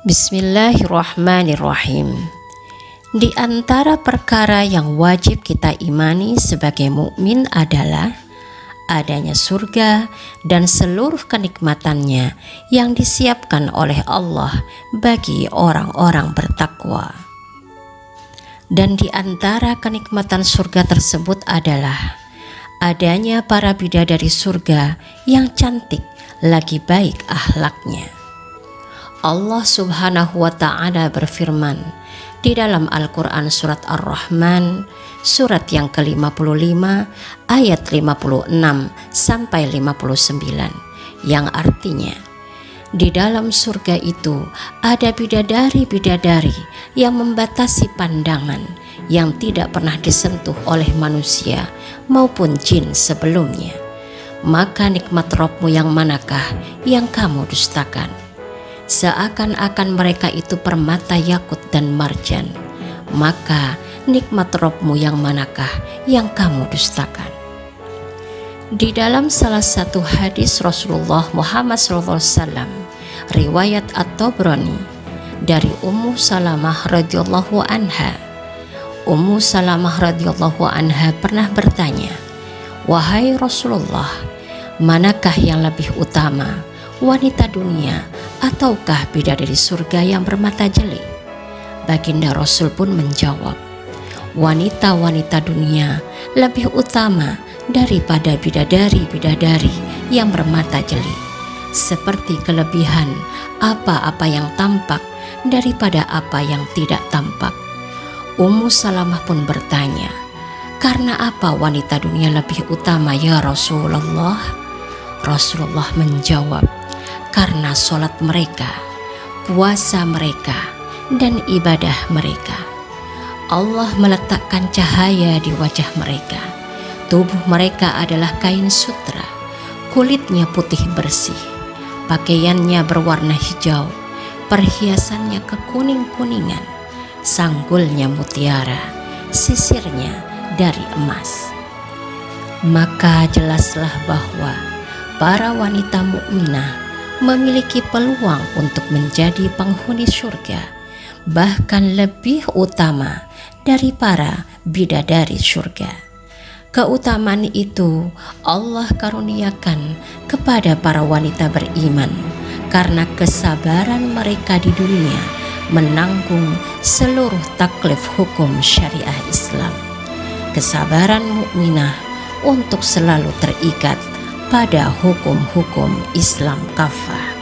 Bismillahirrahmanirrahim. Di antara perkara yang wajib kita imani sebagai mukmin adalah adanya surga dan seluruh kenikmatannya yang disiapkan oleh Allah bagi orang-orang bertakwa. Dan di antara kenikmatan surga tersebut adalah adanya para bidadari surga yang cantik lagi baik akhlaknya. Allah Subhanahu wa Ta'ala berfirman di dalam Al-Quran surat Ar-Rahman surat yang ke-55 ayat 56 sampai 59 yang artinya, di dalam surga itu ada bidadari-bidadari yang membatasi pandangan yang tidak pernah disentuh oleh manusia maupun jin sebelumnya. Maka nikmat Rabb-Mu yang manakah yang kamu dustakan? Seakan-akan mereka itu permata yakut dan marjan. Maka nikmat Rabb-Mu yang manakah yang kamu dustakan? Di dalam salah satu hadis Rasulullah Muhammad SAW, riwayat At-Tabrani dari Ummu Salamah radhiyallahu anha, Ummu Salamah radhiyallahu anha pernah bertanya, "Wahai Rasulullah, manakah yang lebih utama, wanita dunia ataukah bidadari surga yang bermata jeli?" Baginda Rasul pun menjawab, "Wanita-wanita dunia lebih utama daripada bidadari-bidadari yang bermata jeli, seperti kelebihan apa-apa yang tampak daripada apa yang tidak tampak." Ummu Salamah pun bertanya, "Karena apa wanita dunia lebih utama ya Rasulullah?" Rasulullah menjawab, "Karena sholat mereka, puasa mereka, dan ibadah mereka. Allah meletakkan cahaya di wajah mereka. Tubuh mereka adalah kain sutra, kulitnya putih bersih, pakaiannya berwarna hijau, perhiasannya kekuning-kuningan, sanggulnya mutiara, sisirnya dari emas." Maka jelaslah bahwa para wanita mukminah memiliki peluang untuk menjadi penghuni surga, bahkan lebih utama dari para bidadari surga. Keutamaan itu Allah karuniakan kepada para wanita beriman karena kesabaran mereka di dunia menanggung seluruh taklif hukum syariah Islam. Kesabaran mukminah untuk selalu terikat pada hukum-hukum Islam kafah.